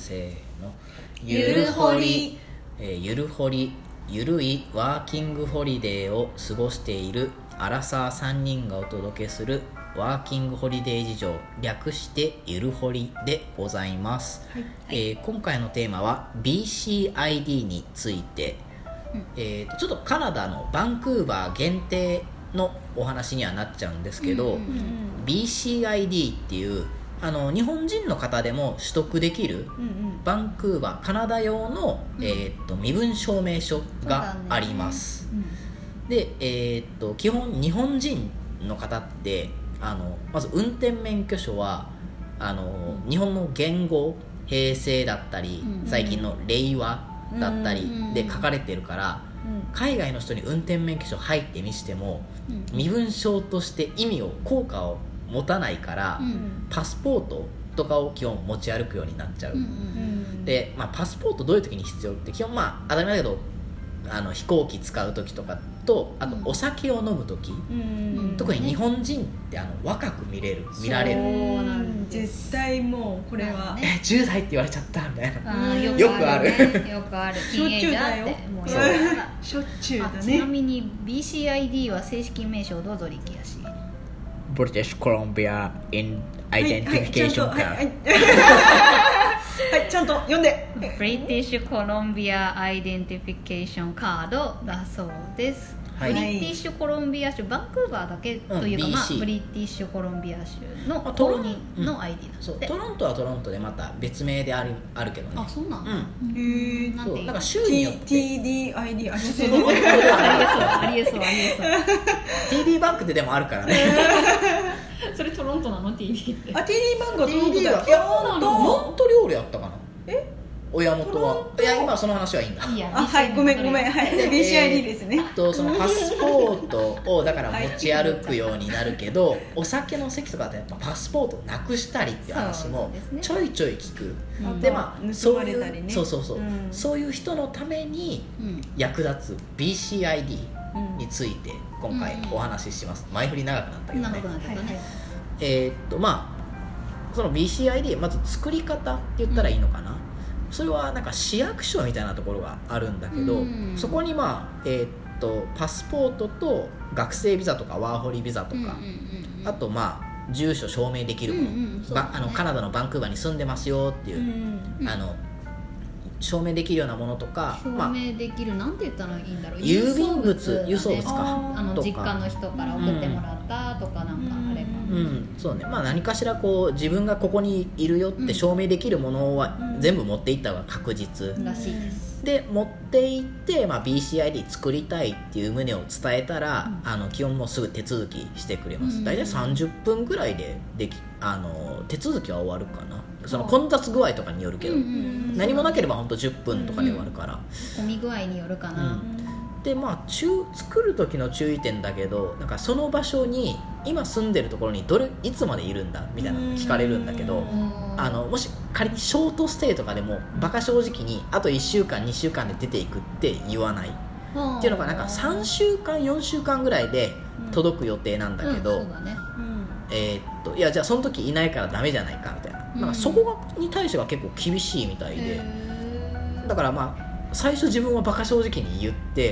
せーの。 ゆるほり、 ゆるほり、ゆるいワーキングホリデーを過ごしているアラサー3人がお届けするワーキングホリデー事情、略してゆるほりでございます。今回のテーマは BCID について、ちょっとカナダのバンクーバー限定のお話にはなっちゃうんですけど、BCID っていう日本人の方でも取得できる、バンクーバーカナダ用の、身分証明書があります。で、基本日本人の方ってまず運転免許証は日本の元号、平成だったり、最近の令和だったりで書かれてるから、海外の人に運転免許証入ってみしても、身分証として効果を持たないから、パスポートとかを基本持ち歩くようになっちゃう。で、パスポートどういう時に必要って基本当たり前だけど飛行機使う時とかと、あとお酒を飲む時、特に日本人って若く見られる。 そうなんです。絶対もうこれは、 10代って言われちゃったみたいな。 よくある。 しょっちゅうだよ。しょっちゅうだね。 ちなみに BCID は正式名称どうぞ力也氏。 ブリティッシュコロンビアインアイデンティフィケーションカード。 はい、ちゃんと読んで。 ブリティッシュコロンビアアイデンティフィケーションカードだそうです。ブリティッシュコロンビア州、バンクーバーだけというか、ブリティッシュコロンビア州の公認の ID なんですって。 トロントはトロントでまた別名であるけどね。 あ、そうなんだ。 そう、なんか州によって TDID ありそうありえそう TD バンクってでもあるからね。 それトロントなの TD って。 TD バンクはトロントだよ。 いや、モントリオールやったかな。親元は。いや、今その話はいいんだ。 はい、ごめん、はい、BCID ですね。 そのパスポートをだから持ち歩くようになるけど、お酒の席とかでやっぱパスポートをなくしたりっていう話もちょいちょい聞く。で、 盗まれたりね。 そういう人のために役立つ BCID について今回お話しします。前振り長くなったけどね。その BCID まず作り方って言ったらいいのかな。それはなんか市役所みたいなところがあるんだけど、そこにパスポートと学生ビザとかワーホリビザとか、あと住所証明できるもの、カナダのバンクーバーに住んでますよっていう、証明できるようなものとか、 証明できる、なんて言ったらいいんだろう、 郵送物か、 実家の人から送ってもらったとか、なんかあれば、 そうね、何かしら自分がここにいるよって証明できるものは全部持っていった方が確実らしいです。 で、持っていって、BCID 作りたいっていう旨を伝えたら、基本もうすぐ手続きしてくれます。大体30分ぐらいで手続きは終わるかな。その混雑具合とかによるけど、何もなければ本当10分とかで終わるから、 混み具合によるかな。 で、作る時の注意点だけど、なんかその場所に今住んでるところにいつまでいるんだみたいなの聞かれるんだけど、もし仮にショートステイとかでもバカ正直にあと1週間2週間で出ていくって言わないっていうのが、なんか3週間4週間ぐらいで届く予定なんだけど、いや、じゃあその時いないからダメじゃないかみたいな、なんかそこに対しては結構厳しいみたいで、だから最初自分はバカ正直に言って、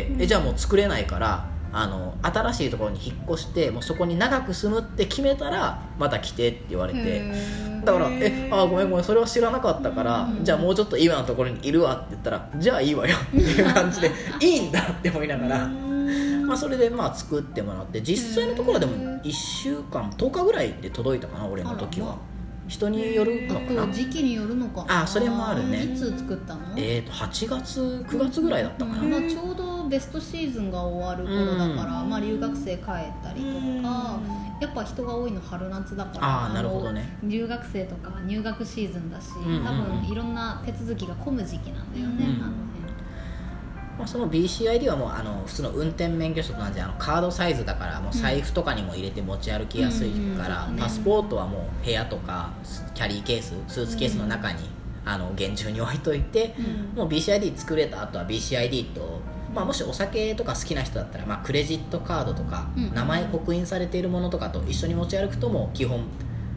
じゃあもう作れないから新しいところに引っ越して、もうそこに長く住むって決めたらまた来てって言われて、だからごめんそれは知らなかったから、じゃあもうちょっと今のところにいるわって言ったら、じゃあいいわよっていう感じでいいんだって思いながら、それで作ってもらって、実際のところでも1週間10日ぐらいで届いたかな、俺の時は。人によるのかな。 時期によるのか。 それもあるね。 いつ作ったの ？8月9月ぐらいだったかな。 ちょうどベストシーズンが終わる頃だから、留学生帰ったりとか、やっぱ人が多いの春夏だから、 なるほどね。 留学生とか入学シーズンだし、多分いろんな手続きが混む時期なんだよね。 その BCID はもう普通の運転免許証と同じカードサイズだから、もう財布とかにも入れて持ち歩きやすいから、パスポートはもう部屋とかキャリーケース、スーツケースの中に厳重に置いといて、もう BCID 作れた後は BCID と、もしお酒とか好きな人だったら、クレジットカードとか、名前刻印されているものとかと一緒に持ち歩くと、もう基本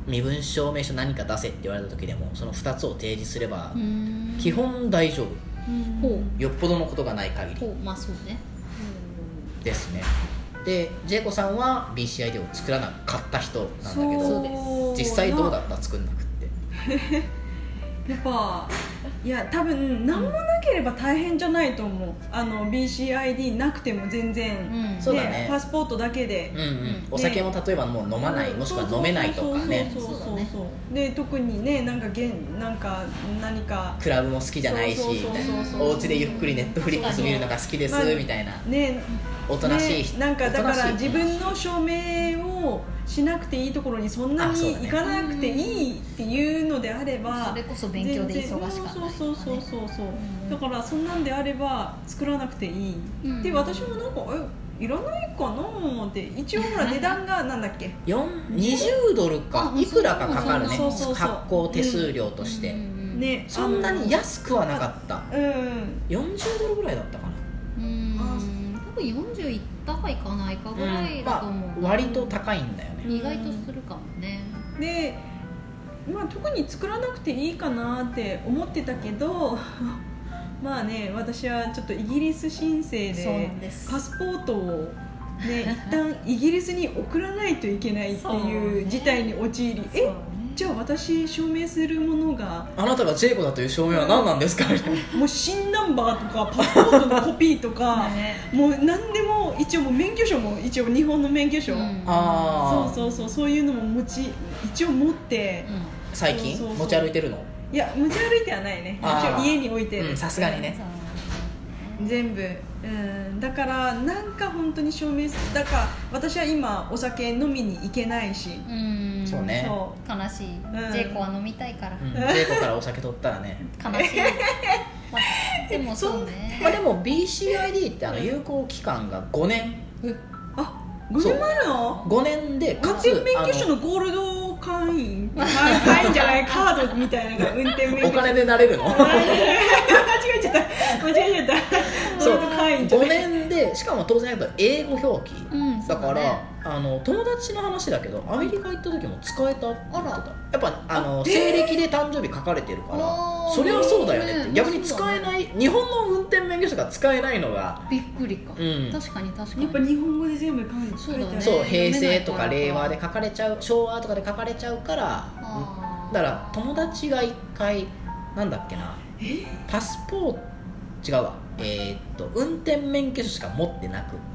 身分証明書何か出せって言われた時でもその2つを提示すれば基本大丈夫、よっぽどのことがない限り、 まあそうねですね。でジェイコさんは BCID を作らなかった人なんだけど、実際どうだった？作んなくってやっぱいや多分何もなければ大変じゃないと思う。BCID なくても全然、 そうだね、 パスポートだけで、 お酒も例えばもう飲まない、もしくは飲めないとかね、 で特にねなんか何かクラブも好きじゃないし、お家でゆっくりネットフリックス見るのが好きですみたいな、おとなしい人、 なんかだから自分の証明をしなくていいところにそんなに行かなくていいっていうのであれば、 それこそ勉強で忙しかったりとかね、 だからそんなんであれば作らなくていい、で私もなんかいらないかなって一応ほら値段がなんだっけ 20ドルかいくらかかかるね、発行手数料として、そんなに安くはなかった、40ドルぐらいだったかな、 多分40いったかいかないかぐらいだと思う、 割と高いんだよね、 意外とするかもね。 で、特に作らなくていいかなって思ってたけどまあね、私はちょっとイギリス申請でパスポートを一旦イギリスに送らないといけないっていう事態に陥り、じゃあ私証明するものがあなたがジェイコだという証明は何なんですかみたいな、 もう新ナンバーとかパスポートのコピーとかもう何でも一応もう免許証も一応日本の免許証、そういうのも一応持って、 最近持ち歩いてるの？ いや持ち歩いてはないね、一応家に置いてる、 さすがにね、 全部、だからなんか本当に証明だから私は今お酒飲みに行けないし、 そうね、 悲しい、ジェイコは飲みたいから、 ジェイコからお酒取ったらね悲しいでもそうね、 でも BCID って有効期間が5年、 5年もあるの ？5年でかつ運転免許証のゴールド会員会員じゃないカードみたいなのが運転免許証お金でなれるの？ 間違えちゃったそう5年で、しかも当然やっぱ英語表記、だから友達の話だけどアメリカ行った時も使えたって言ってた。やっぱ西暦で誕生日書かれてるからそれはそうだよねって、逆に使えない日本の運転免許証が使えないのがびっくりか、確かにやっぱ日本語で全部書いてある、 そう平成とか令和で書かれちゃう、昭和とかで書かれちゃうから、だから友達が一回なんだっけな、パスポート違うわ、運転免許証しか持ってなくって、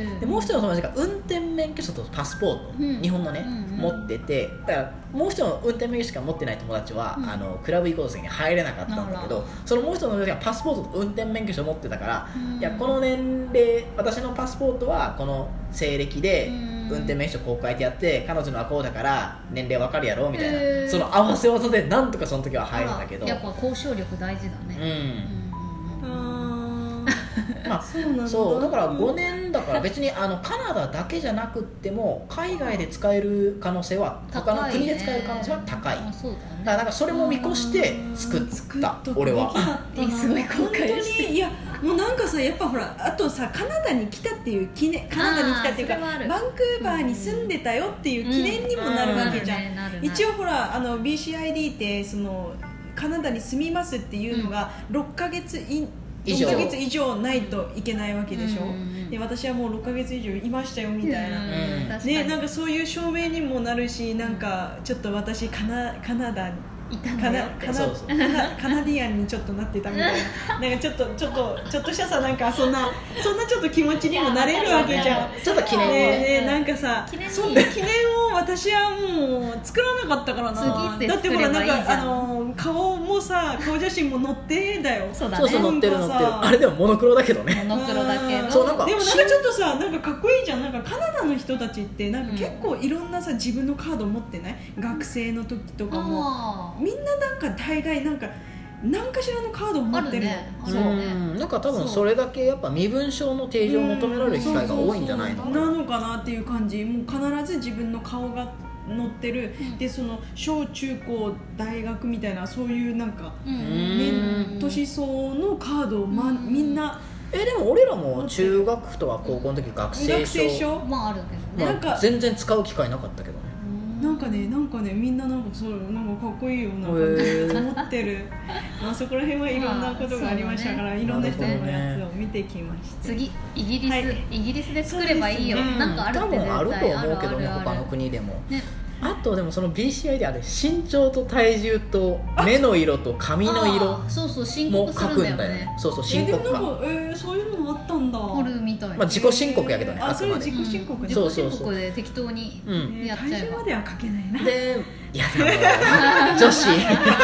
でもう一人の友達が運転免許証とパスポート、日本のね、持ってて、だからもう一人の運転免許証しか持ってない友達は、クラブ行こうとに入れなかったんだけど、そのもう一人の友達がパスポートと運転免許証持ってたから、いやこの年齢、私のパスポートはこの西暦で運転免許証こう書いてあって、彼女のはこうだから年齢わかるやろみたいな、その合わせ技でなんとかその時は入るんだけど、 やっぱ交渉力大事だね。 そうだから5年だから別にカナダだけじゃなくっても海外で使える可能性は、他の国で使える可能性は高い。だからなんかそれも見越して作った俺は。 すごい後悔して。 いやもうなんかさ、やっぱほらあとさ、カナダに来たっていう記念、カナダに来たっていうかバンクーバーに住んでたよっていう記念にもなるわけじゃん。一応ほらBCID ってそのカナダに住みますっていうのが6ヶ月以上ないといけないわけでしょ、で私はもう6ヶ月以上いましたよみたいな、ね、なんかそういう証明にもなるし、なんかちょっと私カナダカナディアンにちょっとなってたみたいな、なんかちょっとしたさ、なんかそんなちょっと気持ちにもなれるわけじゃん。 ちょっと記念をね、なんかさ、そんな記念を私はもう作らなかったからな。だってほらなんか顔もさ、顔写真も載ってだよ。 そうだね。 そう載ってるあれでもモノクロだけどね。 モノクロだけど。 そうなんかでもなんかちょっとさ、なんかかっこいいじゃん。なんかカナダの人たちってなんか結構いろんなさ、自分のカード持ってない？学生の時とかも。みんななんか大概なんか何かしらのカードを持ってるの。 なんか多分それだけやっぱ身分証の提示を求められる機会が多いんじゃないの？ なのかなっていう感じ。もう必ず自分の顔が載ってる、でその小中高大学みたいなそういうなんか年相のカードをみんな。 でも俺らも中学とか高校の時学生証まああるけどね。 全然使う機会なかったけどね。 なんかねみんななんかそうなんかかっこいいような感じで思ってるまあそこら辺はいろんなことがありましたから、いろんな人のやつを見てきました。 次イギリスで作ればいいよ、なんかあるって絶対多分あると思うけどね、他の国でもね。 あとでもその BCI であれ身長と体重と目の色と髪の色も書くんだよね。そうそう申告か。 そういうのもあったんだ。 あるみたい。 まあ自己申告やけどね。 あ、それ自己申告。 自己申告で適当にやっちゃえば。 体重までは書けないな。 で、いやでも女子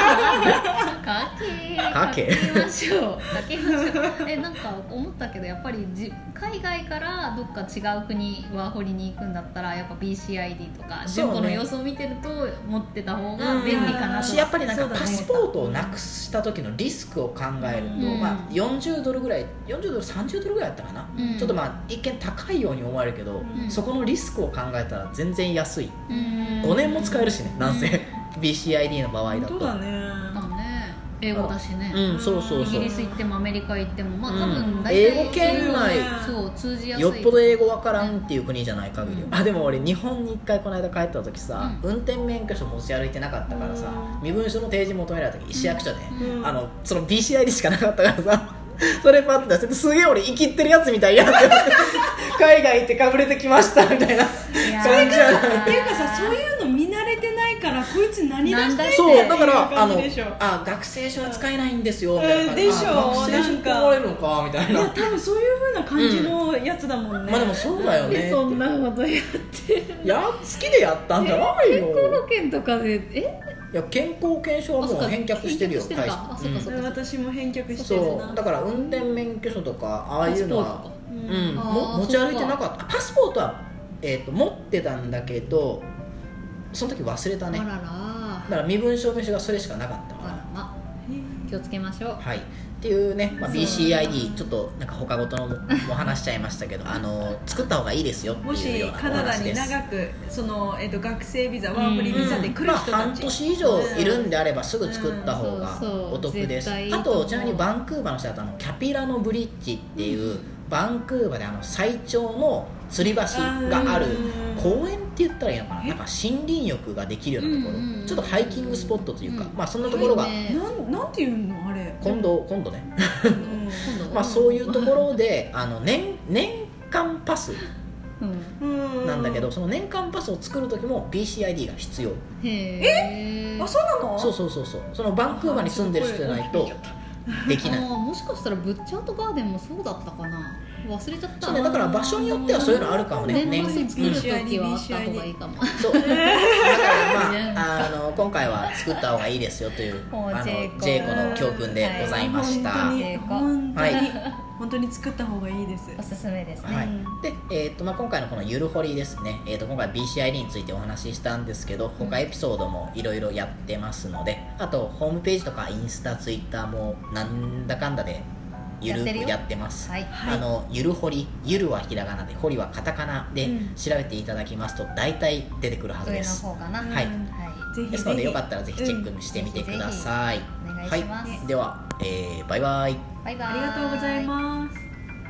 書きましょう。なんか思ったけどやっぱり海外からどっか違う国ワーホリに行くんだったらやっぱ BCID とか純子の様子を見てると持ってた方が便利かなと。 やっぱりなんかパスポートをなくした時のリスクを考えると、まあ40ドルぐらい、40ドル30ドルぐらいだったかな、ちょっとまあ一見高いように思えるけど、そこのリスクを考えたら全然安い。5年も使えるしね、なんせBCID の場合だと。 そうだね。 英語だしね。 そうそうそう。 イギリス行ってもアメリカ行ってもまあ多分大体英語圏内そう通じやすい。 よっぽど英語わからんっていう国じゃない限り。あでも俺日本に一回この間帰った時さ、運転免許証持ち歩いてなかったからさ、身分証の提示求められた時市役所でその BCID しかなかったからさ。それパッと出してすげえ俺生きってるやつみたいやって海外行ってかぶれてきましたみたいなそれからっていうかさ、そういうの見慣れてないからこいつ何出してんのそうだから学生証は使えないんですよみたいなでしょ。 学生証って思われるのかみたいな。 いや多分そういう風な感じのやつだもんね。 まあでもそうだよね。 そんなことやって好きでやったんじゃないよ。 健康保険とかでいや健康保険証はもう返却してるよ。 私も返却してるな。 そうだから運転免許証とかああいうのは持ち歩いてなかった。パスポートは持ってたんだけどその時忘れたね。だから身分証明書がそれしかなかったから。 気をつけましょう。 はい。っていうね、BCID ちょっとなんか他ごとのお話しちゃいましたけど作った方がいいですよっていうようなお話です。 もしカナダに長くその、学生ビザワーホリビザで来る人たち、 半年以上いるんであればすぐ作った方がお得です。あとちなみにバンクーバーの人だとキャピラノブリッジっていうバンクーバーで最長の吊り橋がある公園って言ったらいいのかな、なんか森林浴ができるようなところ、ちょっとハイキングスポットというか、まあそんなところがなんていうのあれ今度ねまあそういうところで年間パスなんだけど、その年間パスを作る時も BCID が必要。 あ、そうなの？ そうそのバンクーバーに住んでる人じゃないとできない。 もしかしたらブッチャートガーデンもそうだったかな、忘れちゃった。 そうね、だから場所によってはそういうのあるかもね。 年パス作る時はあった方がいいかも。 そうだからまあ今回は作った方がいいですよというジェイコの教訓でございました。 本当に作った方がいいです。 おすすめですね。 で、今回のこのゆるほりですね、今回 BCID についてお話ししたんですけど、他エピソードもいろいろやってますので、あとホームページとかインスタ、ツイッターもなんだかんだでゆるくやってます。ゆるほり、ゆるはひらがなで、ほりはカタカナで調べていただきますと大体出てくるはずです。 上の方かな。 ですのでよかったらぜひチェックしてみてください。 お願いします。 では、バイバイ。 バイバイ。 ありがとうございます。